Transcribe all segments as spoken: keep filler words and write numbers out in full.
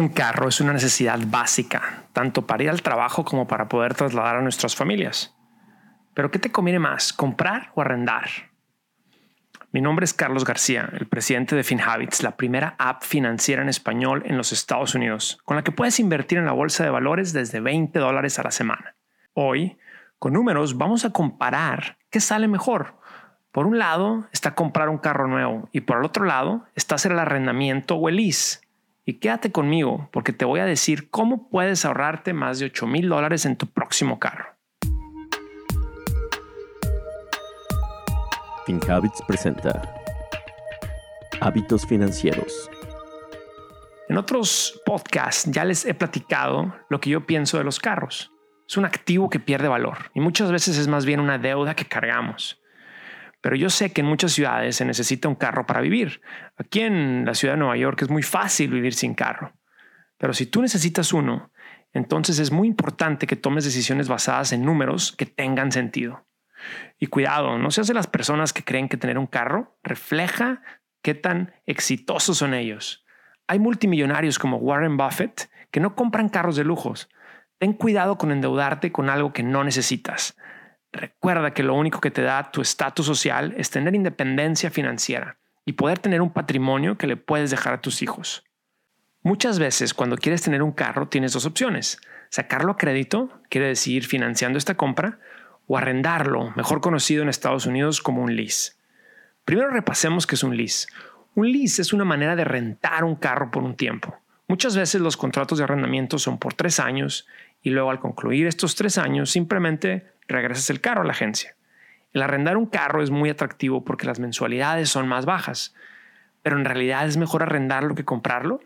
Un carro es una necesidad básica, tanto para ir al trabajo como para poder trasladar a nuestras familias. Pero ¿qué te conviene más, comprar o arrendar? Mi nombre es Carlos García, el presidente de FinHabits, la primera app financiera en español en los Estados Unidos, con la que puedes invertir en la bolsa de valores desde veinte dólares a la semana. Hoy, con números, vamos a comparar qué sale mejor. Por un lado está comprar un carro nuevo y por el otro lado está hacer el arrendamiento o el lease. Y quédate conmigo porque te voy a decir cómo puedes ahorrarte más de ocho mil dólares en tu próximo carro. FinHabits presenta Hábitos Financieros. En otros podcasts ya les he platicado lo que yo pienso de los carros. Es un activo que pierde valor y muchas veces es más bien una deuda que cargamos. Pero yo sé que en muchas ciudades se necesita un carro para vivir. Aquí en la ciudad de Nueva York es muy fácil vivir sin carro. Pero si tú necesitas uno, entonces es muy importante que tomes decisiones basadas en números que tengan sentido. Y cuidado, no seas de las personas que creen que tener un carro refleja qué tan exitosos son ellos. Hay multimillonarios como Warren Buffett que no compran carros de lujos. Ten cuidado con endeudarte con algo que no necesitas. Recuerda que lo único que te da tu estatus social es tener independencia financiera y poder tener un patrimonio que le puedes dejar a tus hijos. Muchas veces cuando quieres tener un carro tienes dos opciones. Sacarlo a crédito, quiere decir financiando esta compra, o arrendarlo, mejor conocido en Estados Unidos como un lease. Primero repasemos qué es un lease. Un lease es una manera de rentar un carro por un tiempo. Muchas veces los contratos de arrendamiento son por tres años y luego al concluir estos tres años simplemente regresas el carro a la agencia. El arrendar un carro es muy atractivo porque las mensualidades son más bajas, pero en realidad es mejor arrendarlo que comprarlo.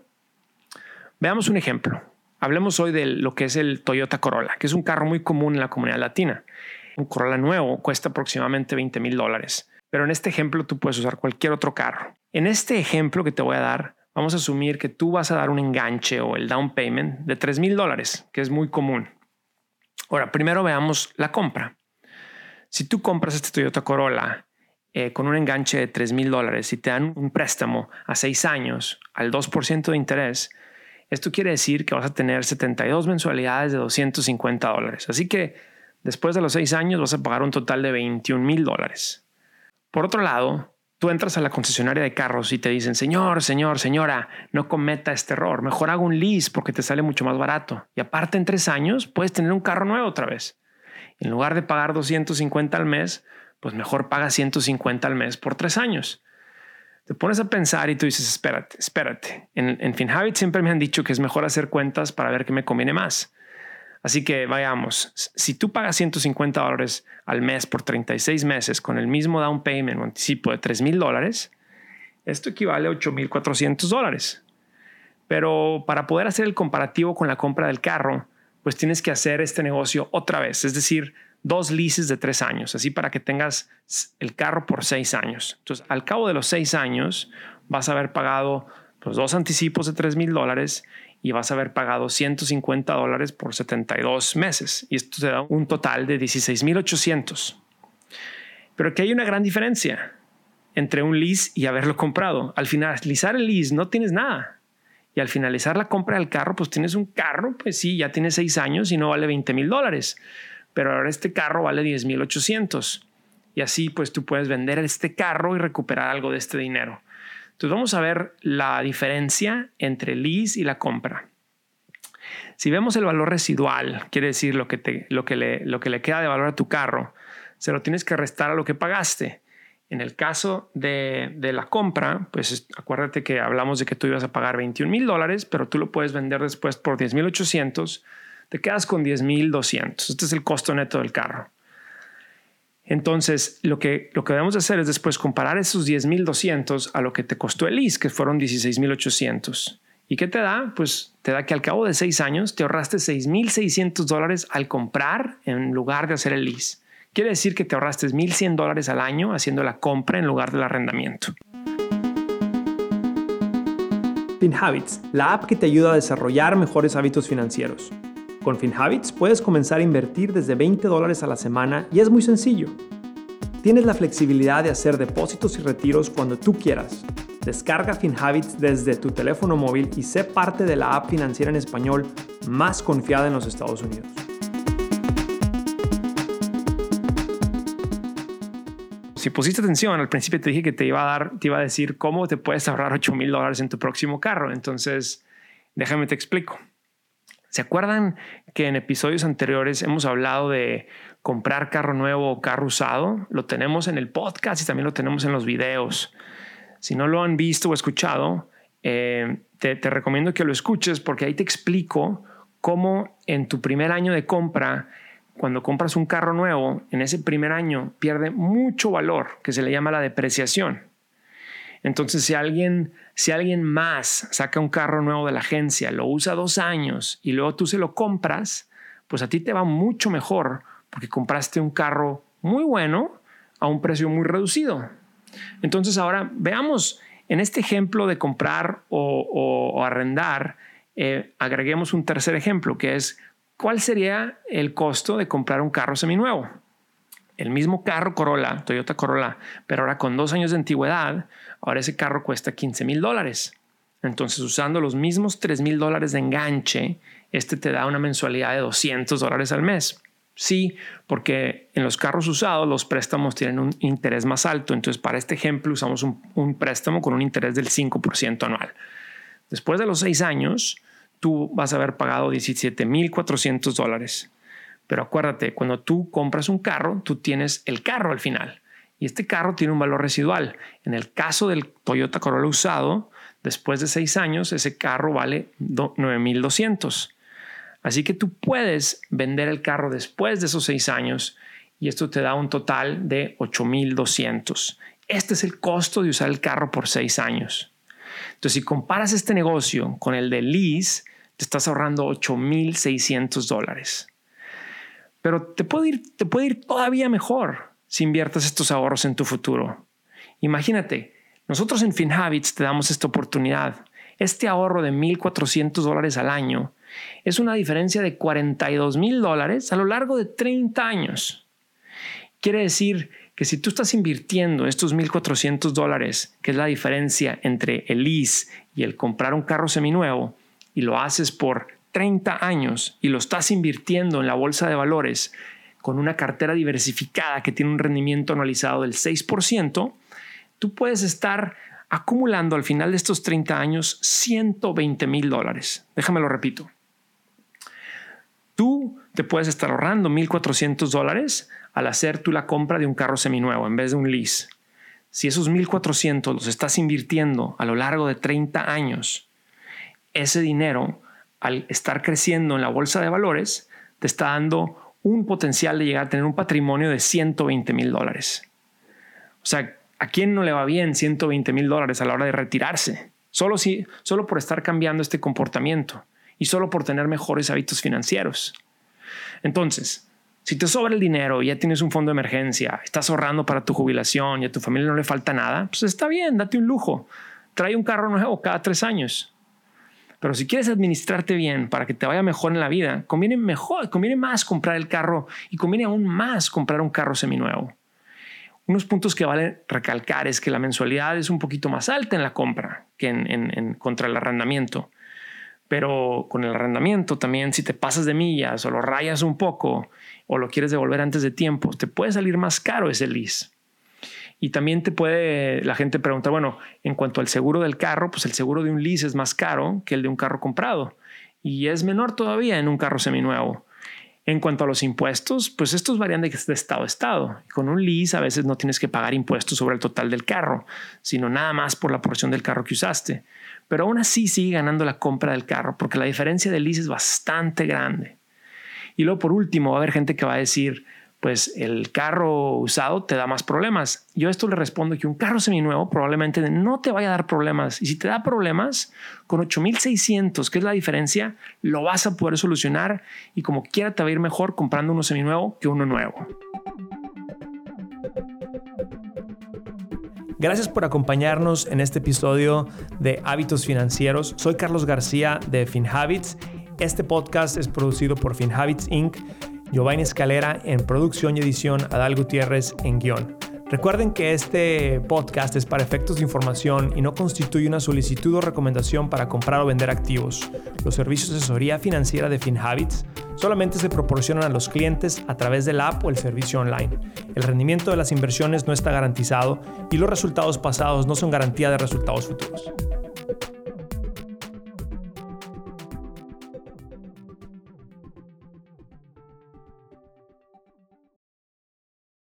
Veamos un ejemplo. Hablemos hoy de lo que es el Toyota Corolla, que es un carro muy común en la comunidad latina. Un Corolla nuevo cuesta aproximadamente veinte mil dólares, pero en este ejemplo tú puedes usar cualquier otro carro. En este ejemplo que te voy a dar, vamos a asumir que tú vas a dar un enganche o el down payment de tres mil dólares, que es muy común. Ahora, primero veamos la compra. Si tú compras este Toyota Corolla eh, con un enganche de tres mil dólares y te dan un préstamo a seis años al dos por ciento de interés, esto quiere decir que vas a tener setenta y dos mensualidades de doscientos cincuenta dólares. Así que después de los seis años vas a pagar un total de veintiún mil dólares. Por otro lado, tú entras a la concesionaria de carros y te dicen, señor, señor, señora, no cometa este error. Mejor haga un lease porque te sale mucho más barato. Y aparte en tres años puedes tener un carro nuevo otra vez. En lugar de pagar doscientos cincuenta al mes, pues mejor paga ciento cincuenta al mes por tres años. Te pones a pensar y tú dices, espérate, espérate. En, en FinHabits siempre me han dicho que es mejor hacer cuentas para ver qué me conviene más. Así que vayamos, si tú pagas ciento cincuenta dólares al mes por treinta y seis meses con el mismo down payment o anticipo de tres mil dólares, esto equivale a ocho mil cuatrocientos dólares. Pero para poder hacer el comparativo con la compra del carro, pues tienes que hacer este negocio otra vez, es decir, dos leases de tres años, así para que tengas el carro por seis años. Entonces, al cabo de los seis años, vas a haber pagado los dos anticipos de tres mil dólares y vas a haber pagado ciento cincuenta dólares por setenta y dos meses. Y esto te da un total de dieciséis mil ochocientos. Pero aquí hay una gran diferencia entre un lease y haberlo comprado. Al finalizar el lease no tienes nada. Y al finalizar la compra del carro, pues tienes un carro, pues sí, ya tiene seis años y no vale veinte mil dólares. Pero ahora este carro vale diez mil ochocientos. Y así pues tú puedes vender este carro y recuperar algo de este dinero. Entonces vamos a ver la diferencia entre el lease y la compra. Si vemos el valor residual, quiere decir lo que, te, lo, que le, lo que le queda de valor a tu carro, se lo tienes que restar a lo que pagaste. En el caso de, de la compra, pues acuérdate que hablamos de que tú ibas a pagar veintiún mil dólares, pero tú lo puedes vender después por diez mil ochocientos, te quedas con diez mil doscientos. Este es el costo neto del carro. Entonces, lo que, lo que debemos hacer es después comparar esos diez mil doscientos a lo que te costó el lease, que fueron dieciséis mil ochocientos. ¿Y qué te da? Pues te da que al cabo de seis años te ahorraste seis mil seiscientos dólares al comprar en lugar de hacer el lease. Quiere decir que te ahorraste mil cien dólares al año haciendo la compra en lugar del arrendamiento. FinHabits, la app que te ayuda a desarrollar mejores hábitos financieros. Con FinHabits puedes comenzar a invertir desde veinte dólares a la semana y es muy sencillo. Tienes la flexibilidad de hacer depósitos y retiros cuando tú quieras. Descarga FinHabits desde tu teléfono móvil y sé parte de la app financiera en español más confiada en los Estados Unidos. Si pusiste atención, al principio te dije que te iba a dar, te iba a decir cómo te puedes ahorrar ocho mil dólares en tu próximo carro. Entonces, déjame te explico. ¿Se acuerdan que en episodios anteriores hemos hablado de comprar carro nuevo o carro usado? Lo tenemos en el podcast y también lo tenemos en los videos. Si no lo han visto o escuchado, eh, te, te recomiendo que lo escuches porque ahí te explico cómo en tu primer año de compra, cuando compras un carro nuevo, en ese primer año pierde mucho valor, que se le llama la depreciación. Entonces, si alguien, si alguien más saca un carro nuevo de la agencia, lo usa dos años y luego tú se lo compras, pues a ti te va mucho mejor porque compraste un carro muy bueno a un precio muy reducido. Entonces, ahora veamos en este ejemplo de comprar o, o, o arrendar, eh, agreguemos un tercer ejemplo, que es ¿cuál sería el costo de comprar un carro seminuevo? El mismo carro Corolla, Toyota Corolla, pero ahora con dos años de antigüedad, ahora ese carro cuesta quince mil dólares. Entonces, usando los mismos tres mil dólares de enganche, este te da una mensualidad de doscientos dólares al mes. Sí, porque en los carros usados los préstamos tienen un interés más alto. Entonces, para este ejemplo usamos un, un préstamo con un interés del cinco por ciento anual. Después de los seis años, tú vas a haber pagado diecisiete mil cuatrocientos dólares. Pero acuérdate, cuando tú compras un carro, tú tienes el carro al final. Y este carro tiene un valor residual. En el caso del Toyota Corolla usado, después de seis años, ese carro vale nueve mil doscientos. Así que tú puedes vender el carro después de esos seis años y esto te da un total de ocho mil doscientos. Este es el costo de usar el carro por seis años. Entonces, si comparas este negocio con el de lease, te estás ahorrando ocho mil seiscientos dólares. Pero te puede ir, te puede ir todavía mejor si inviertes estos ahorros en tu futuro. Imagínate, nosotros en FinHabits te damos esta oportunidad. Este ahorro de mil cuatrocientos dólares al año es una diferencia de cuarenta y dos mil dólares a lo largo de treinta años. Quiere decir que si tú estás invirtiendo estos mil cuatrocientos dólares, que es la diferencia entre el lease y el comprar un carro seminuevo, y lo haces por treinta años y lo estás invirtiendo en la bolsa de valores con una cartera diversificada que tiene un rendimiento anualizado del seis por ciento, tú puedes estar acumulando al final de estos treinta años ciento veinte mil dólares. Déjame lo repito. Tú te puedes estar ahorrando mil cuatrocientos dólares al hacer tú la compra de un carro seminuevo en vez de un lease. Si esos mil cuatrocientos los estás invirtiendo a lo largo de treinta años, ese dinero, al estar creciendo en la bolsa de valores, te está dando un potencial de llegar a tener un patrimonio de ciento veinte mil dólares. O sea, ¿a quién no le va bien ciento veinte mil dólares a la hora de retirarse? Solo, si, solo por estar cambiando este comportamiento y solo por tener mejores hábitos financieros. Entonces, si te sobra el dinero y ya tienes un fondo de emergencia, estás ahorrando para tu jubilación y a tu familia no le falta nada, pues está bien, date un lujo. Trae un carro nuevo cada tres años. Pero si quieres administrarte bien para que te vaya mejor en la vida, conviene mejor, conviene más comprar el carro y conviene aún más comprar un carro seminuevo. Unos puntos que vale recalcar es que la mensualidad es un poquito más alta en la compra que en, en, en contra el arrendamiento. Pero con el arrendamiento también, si te pasas de millas o lo rayas un poco o lo quieres devolver antes de tiempo, te puede salir más caro ese lease. Y también te puede la gente preguntar, bueno, en cuanto al seguro del carro, pues el seguro de un lease es más caro que el de un carro comprado y es menor todavía en un carro seminuevo. En cuanto a los impuestos, pues estos varían de estado a estado. Con un lease a veces no tienes que pagar impuestos sobre el total del carro, sino nada más por la porción del carro que usaste. Pero aún así sigue ganando la compra del carro porque la diferencia del lease es bastante grande. Y luego por último va a haber gente que va a decir, pues el carro usado te da más problemas. Yo a esto le respondo que un carro seminuevo probablemente no te vaya a dar problemas. Y si te da problemas, con ocho mil seiscientos, que es la diferencia, lo vas a poder solucionar y como quiera te va a ir mejor comprando uno seminuevo que uno nuevo. Gracias por acompañarnos en este episodio de Hábitos Financieros. Soy Carlos García de FinHabits. Este podcast es producido por FinHabits incorporated. Giovanni Escalera en producción y edición, Adal Gutiérrez en guión. Recuerden que este podcast es para efectos de información y no constituye una solicitud o recomendación para comprar o vender activos. Los servicios de asesoría financiera de FinHabits solamente se proporcionan a los clientes a través de la app o el servicio online. El rendimiento de las inversiones no está garantizado y los resultados pasados no son garantía de resultados futuros.